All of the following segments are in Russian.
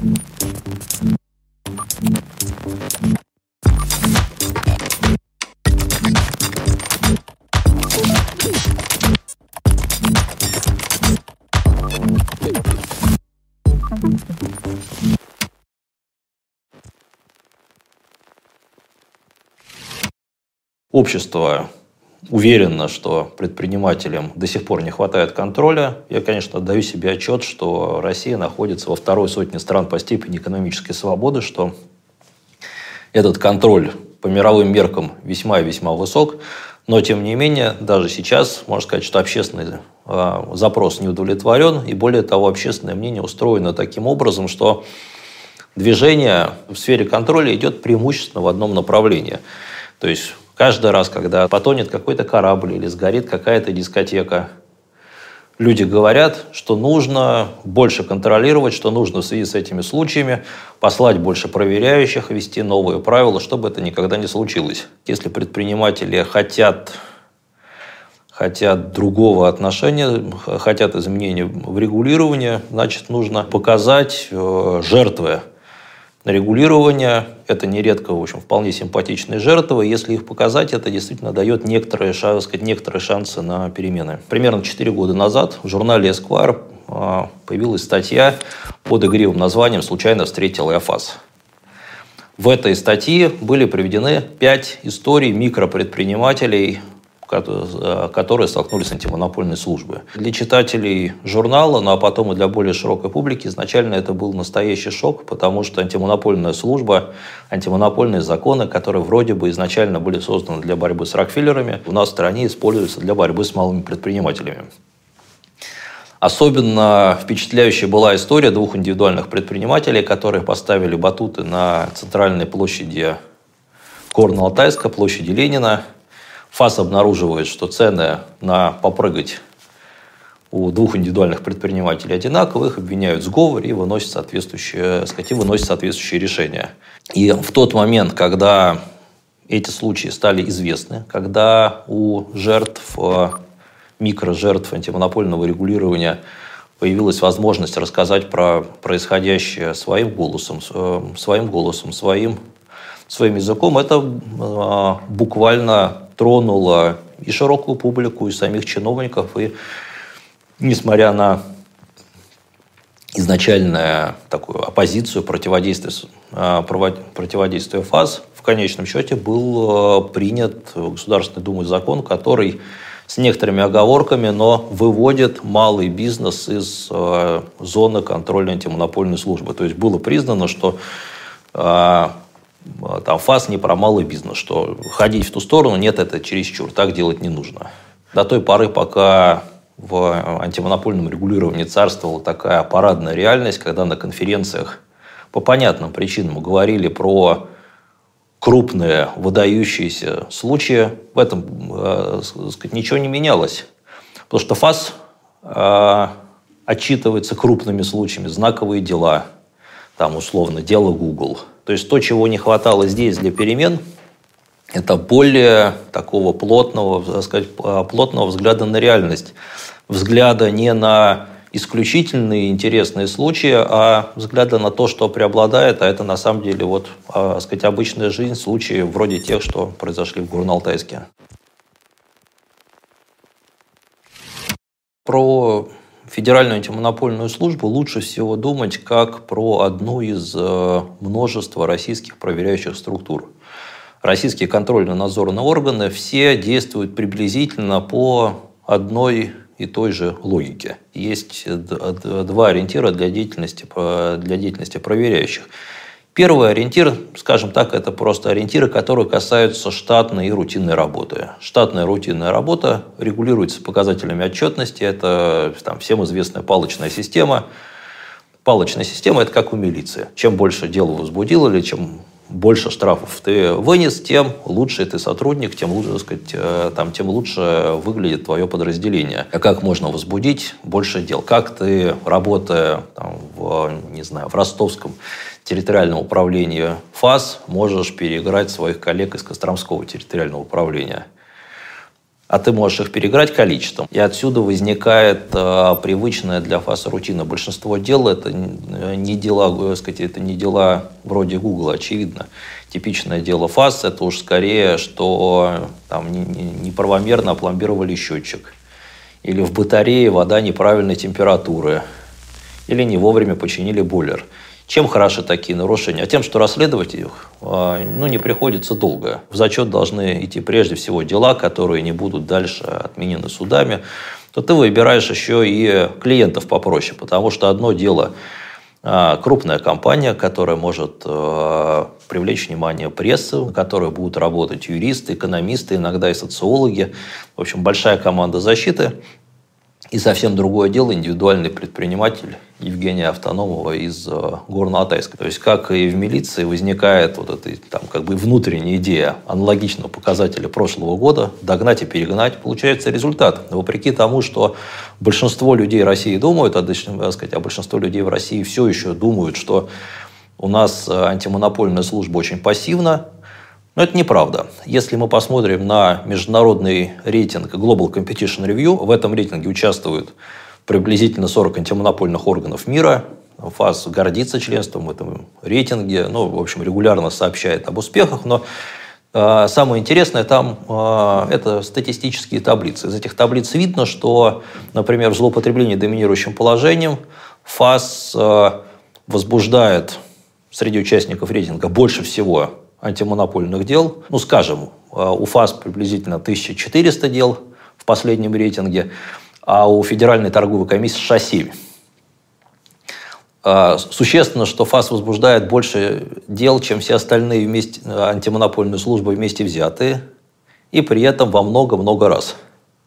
Общество уверено, что предпринимателям до сих пор не хватает контроля. Я, конечно, отдаю себе отчет, что Россия находится во второй сотне стран по степени экономической свободы, что этот контроль по мировым меркам весьма и весьма высок. Но, тем не менее, даже сейчас можно сказать, что общественный запрос не удовлетворен. И более того, общественное мнение устроено таким образом, что движение в сфере контроля идет преимущественно в одном направлении. То есть каждый раз, когда потонет какой-то корабль или сгорит какая-то дискотека, люди говорят, что нужно больше контролировать, что нужно в связи с этими случаями послать больше проверяющих, ввести новые правила, чтобы это никогда не случилось. Если предприниматели хотят другого отношения, хотят изменения в регулировании, значит, нужно показать жертвы регулирования. Это нередко, в общем, вполне симпатичные жертвы. Если их показать, это действительно дает некоторые шансы на перемены. Примерно 4 года назад в журнале Esquire появилась статья под игривым названием «Случайно встретил я ФАС». В этой статье были приведены 5 историй микропредпринимателей, которые столкнулись с антимонопольной службой. Для читателей журнала, ну а потом и для более широкой публики, изначально это был настоящий шок, потому что антимонопольная служба, антимонопольные законы, которые вроде бы изначально были созданы для борьбы с Рокфеллерами, у нас в стране используются для борьбы с малыми предпринимателями. Особенно впечатляющей была история 2 индивидуальных предпринимателей, которые поставили батуты на центральной площади Горно-Алтайска, площади Ленина. ФАС обнаруживает, что цены на попрыгать у 2 индивидуальных предпринимателей одинаковые, их обвиняют в сговоре и выносят соответствующие решения. И в тот момент, когда эти случаи стали известны, когда у жертв, микрожертв антимонопольного регулирования появилась возможность рассказать про происходящее своим голосом, своим языком, это буквально тронуло и широкую публику, и самих чиновников. И несмотря на изначальную такую оппозицию, противодействие ФАС, в конечном счете был принят Государственной Думой закон, который с некоторыми оговорками, но выводит малый бизнес из зоны контроля антимонопольной службы. То есть было признано, что там ФАС не про малый бизнес, что ходить в ту сторону, нет, это чересчур, так делать не нужно. До той поры, пока в антимонопольном регулировании царствовала такая парадная реальность, когда на конференциях по понятным причинам говорили про крупные выдающиеся случаи, в этом ничего не менялось. Потому что ФАС отчитывается крупными случаями, знаковые дела, там условно дело Google. То есть то, чего не хватало здесь для перемен, это более такого плотного взгляда на реальность. Взгляда не на исключительные интересные случаи, а взгляда на то, что преобладает, а это на самом деле обычная жизнь, случаи вроде тех, что произошли в Горно-Алтайске. Про Федеральную антимонопольную службу лучше всего думать как про одну из множества российских проверяющих структур. Российские контрольно-надзорные органы все действуют приблизительно по одной и той же логике. Есть 2 ориентира для деятельности проверяющих. Первый ориентир, скажем так, это просто ориентиры, которые касаются штатной и рутинной работы. Штатная и рутинная работа регулируется показателями отчетности. Это всем известная палочная система. Палочная система – это как у милиции. Чем больше дел возбудил или чем больше штрафов ты вынес, тем лучше ты сотрудник, тем лучше выглядит твое подразделение. А как можно возбудить больше дел? Как ты, работая в Ростовском территориальном управлении ФАС, можешь переиграть своих коллег из Костромского территориального управления? а ты можешь их переиграть количеством. И отсюда возникает привычная для ФАСа рутина. Большинство дел это не дела, сказать, это не дела вроде Google, очевидно. Типичное дело ФАС это уж скорее, что там неправомерно опломбировали счетчик. Или в батарее вода неправильной температуры. Или не вовремя починили бойлер. Чем хороши такие нарушения? А тем, что расследовать их не приходится долго. В зачет должны идти прежде всего дела, которые не будут дальше отменены судами. То ты выбираешь еще и клиентов попроще, потому что одно дело крупная компания, которая может привлечь внимание прессы, на которой будут работать юристы, экономисты, иногда и социологи. В общем, большая команда защиты. И совсем другое дело индивидуальный предприниматель Евгения Автономова из Горно-Алтайска. То есть, как и в милиции, возникает вот эта там, как бы внутренняя идея аналогичного показателя прошлого года – догнать и перегнать. Получается результат. Вопреки тому, что большинство людей России думают, а большинство людей в России все еще думают, что у нас антимонопольная служба очень пассивна. Но это неправда. Если мы посмотрим на международный рейтинг Global Competition Review, в этом рейтинге участвуют приблизительно 40 антимонопольных органов мира. ФАС гордится членством в этом рейтинге, в общем, регулярно сообщает об успехах, но самое интересное там это статистические таблицы. Из этих таблиц видно, что, например, в злоупотреблении доминирующим положением ФАС возбуждает среди участников рейтинга больше всего антимонопольных дел. Скажем, у ФАС приблизительно 1400 дел в последнем рейтинге, а у Федеральной торговой комиссии 67. Существенно, что ФАС возбуждает больше дел, чем все остальные антимонопольные службы вместе взятые, и при этом во много-много раз.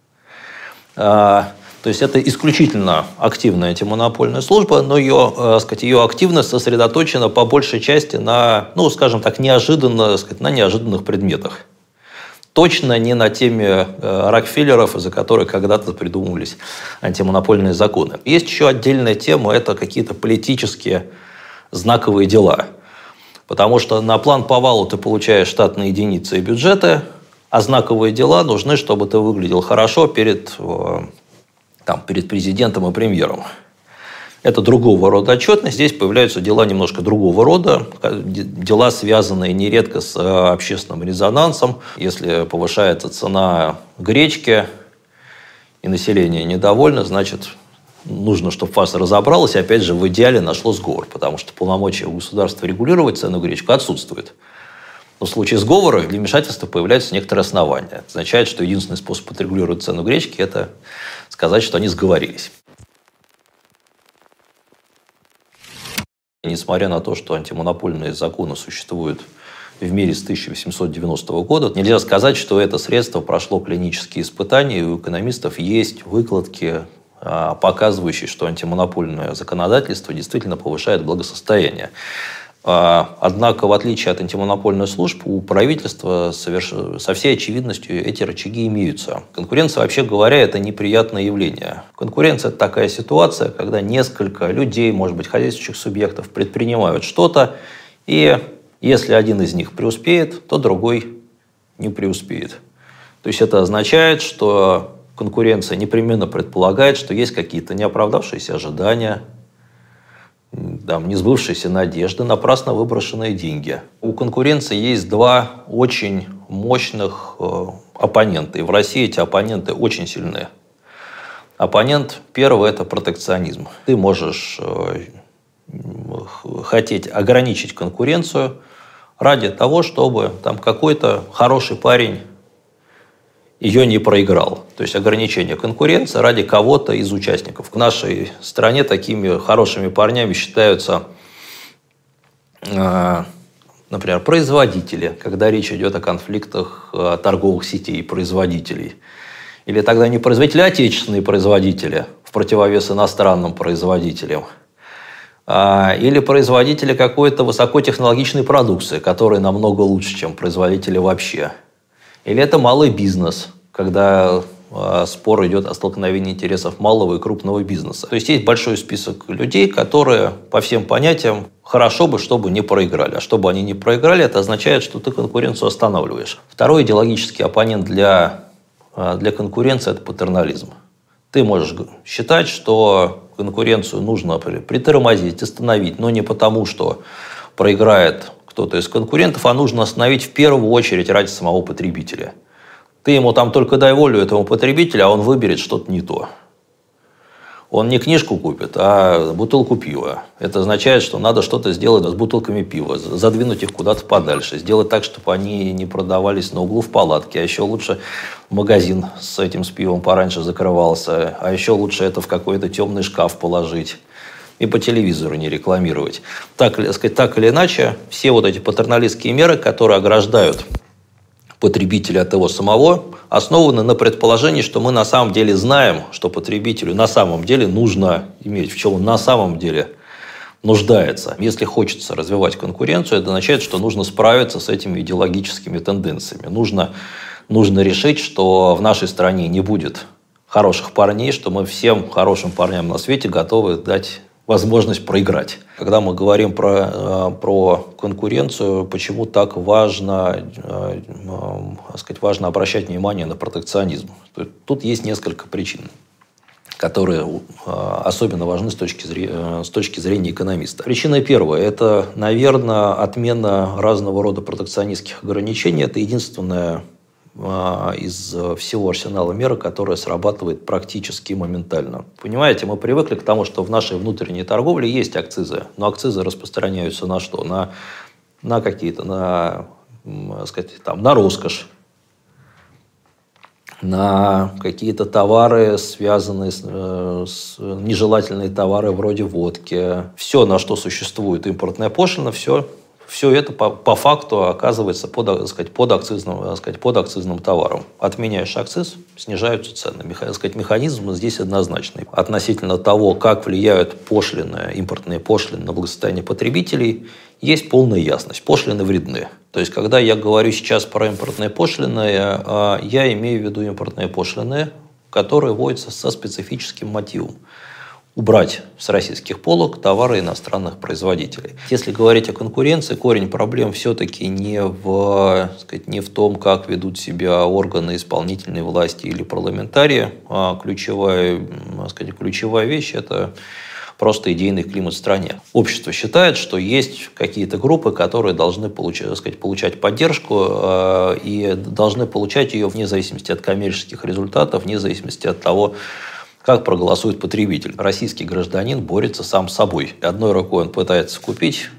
То есть это исключительно активная антимонопольная служба, но ее активность сосредоточена по большей части на, на неожиданных предметах. Точно не на теме Рокфеллеров, из-за которых когда-то придумывались антимонопольные законы. Есть еще отдельная тема – это какие-то политические знаковые дела. Потому что на план повалу ты получаешь штатные единицы и бюджеты, а знаковые дела нужны, чтобы ты выглядел хорошо перед президентом и премьером. Это другого рода отчетность. Здесь появляются дела немножко другого рода. Дела, связанные нередко с общественным резонансом. Если повышается цена гречки и население недовольно, значит, нужно, чтобы ФАС разобралась и, опять же, в идеале нашло сговор. Потому что полномочия у государства регулировать цену гречку отсутствует. Но в случае сговора для вмешательства появляются некоторые основания. Это означает, что единственный способ отрегулировать цену гречки – это сказать, что они сговорились. Несмотря на то, что антимонопольные законы существуют в мире с 1890 года, нельзя сказать, что это средство прошло клинические испытания, и у экономистов есть выкладки, показывающие, что антимонопольное законодательство действительно повышает благосостояние. Однако, в отличие от антимонопольной службы, у правительства со всей очевидностью эти рычаги имеются. Конкуренция, вообще говоря, это неприятное явление. Конкуренция – это такая ситуация, когда несколько людей, может быть, хозяйствующих субъектов предпринимают что-то, и если один из них преуспеет, то другой не преуспеет. То есть это означает, что конкуренция непременно предполагает, что есть какие-то неоправдавшиеся ожидания, несбывшиеся надежды, напрасно выброшенные деньги. У конкуренции есть два очень мощных оппонента. И в России эти оппоненты очень сильны. Оппонент первый – это протекционизм. Ты можешь хотеть ограничить конкуренцию ради того, чтобы какой-то хороший парень ее не проиграл. То есть ограничение конкуренции ради кого-то из участников. В нашей стране такими хорошими парнями считаются, например, производители, когда речь идет о конфликтах торговых сетей и производителей. Или тогда не производители, а отечественные производители в противовес иностранным производителям. Или производители какой-то высокотехнологичной продукции, которая намного лучше, чем производители вообще. Или это малый бизнес, когда спор идет о столкновении интересов малого и крупного бизнеса. То есть есть большой список людей, которые по всем понятиям хорошо бы, чтобы не проиграли. А чтобы они не проиграли, это означает, что ты конкуренцию останавливаешь. Второй идеологический оппонент для для конкуренции – это патернализм. Ты можешь считать, что конкуренцию нужно притормозить, остановить, но не потому, что проиграет кто-то из конкурентов, а нужно остановить в первую очередь ради самого потребителя. Ты ему там только дай волю, этому потребителю, а он выберет что-то не то. Он не книжку купит, а бутылку пива. Это означает, что надо что-то сделать с бутылками пива, задвинуть их куда-то подальше, сделать так, чтобы они не продавались на углу в палатке. А еще лучше магазин с этим с пивом пораньше закрывался. А еще лучше это в какой-то темный шкаф положить. И по телевизору не рекламировать. Так или иначе, все вот эти патерналистские меры, которые ограждают потребителя от его самого, основаны на предположении, что мы на самом деле знаем, что потребителю на самом деле нужно иметь, в чем он на самом деле нуждается. Если хочется развивать конкуренцию, это означает, что нужно справиться с этими идеологическими тенденциями. Нужно решить, что в нашей стране не будет хороших парней, что мы всем хорошим парням на свете готовы дать возможность проиграть. Когда мы говорим про конкуренцию, почему так важно обращать внимание на протекционизм? Тут есть несколько причин, которые особенно важны с точки зрения экономиста. Причина первая – это, наверное, отмена разного рода протекционистских ограничений. Это единственная из всего арсенала мер, которая срабатывает практически моментально. Понимаете, мы привыкли к тому, что в нашей внутренней торговле есть акцизы, но акцизы распространяются на что? На какие-то, на роскошь, на какие-то товары, связанные с нежелательные товары вроде водки. Все, на что существует импортная пошлина, все это по факту оказывается под акцизным товаром. Отменяешь акциз, снижаются цены. Механизм здесь однозначный. Относительно того, как влияют импортные пошлины на благосостояние потребителей, есть полная ясность. Пошлины вредны. То есть, когда я говорю сейчас про импортные пошлины, я имею в виду импортные пошлины, которые вводятся со специфическим мотивом. Убрать с российских полок товары иностранных производителей. Если говорить о конкуренции, корень проблем все-таки не в том, как ведут себя органы исполнительной власти или парламентарии. Ключевая вещь – это просто идейный климат в стране. Общество считает, что есть какие-то группы, которые должны получать поддержку и должны получать ее вне зависимости от коммерческих результатов, вне зависимости от того, как проголосует потребитель. Российский гражданин борется сам с собой. Одной рукой он пытается купить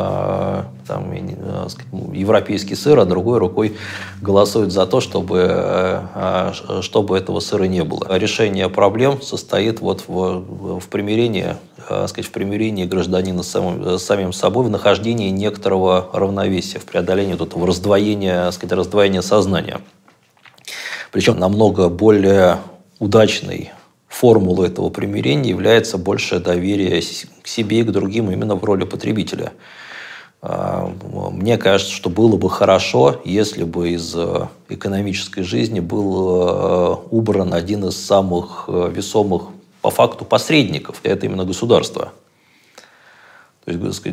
европейский сыр, а другой рукой голосует за то, чтобы этого сыра не было. Решение проблем состоит в примирении гражданина с самим собой, в нахождении некоторого равновесия, в преодолении этого раздвоения сознания. Причем намного более удачной формулой этого примирения является большее доверие к себе и к другим именно в роли потребителя. Мне кажется, что было бы хорошо, если бы из экономической жизни был убран один из самых весомых по факту посредников. Это именно государство. То есть,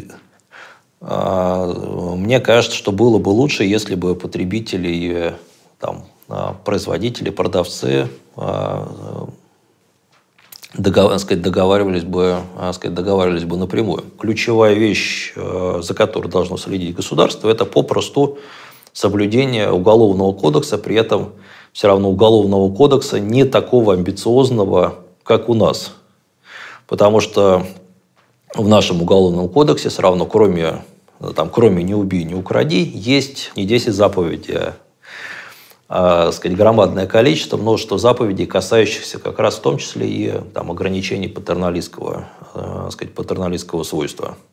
мне кажется, что было бы лучше, если бы потребители, производители, продавцы договаривались бы напрямую. Ключевая вещь, за которой должно следить государство, это попросту соблюдение Уголовного кодекса, при этом все равно Уголовного кодекса не такого амбициозного, как у нас. Потому что в нашем Уголовном кодексе все равно, кроме «не убей, не укради», есть не 10 заповедей, громадное количество, множество заповедей, касающихся как раз в том числе и ограничений патерналистского свойства.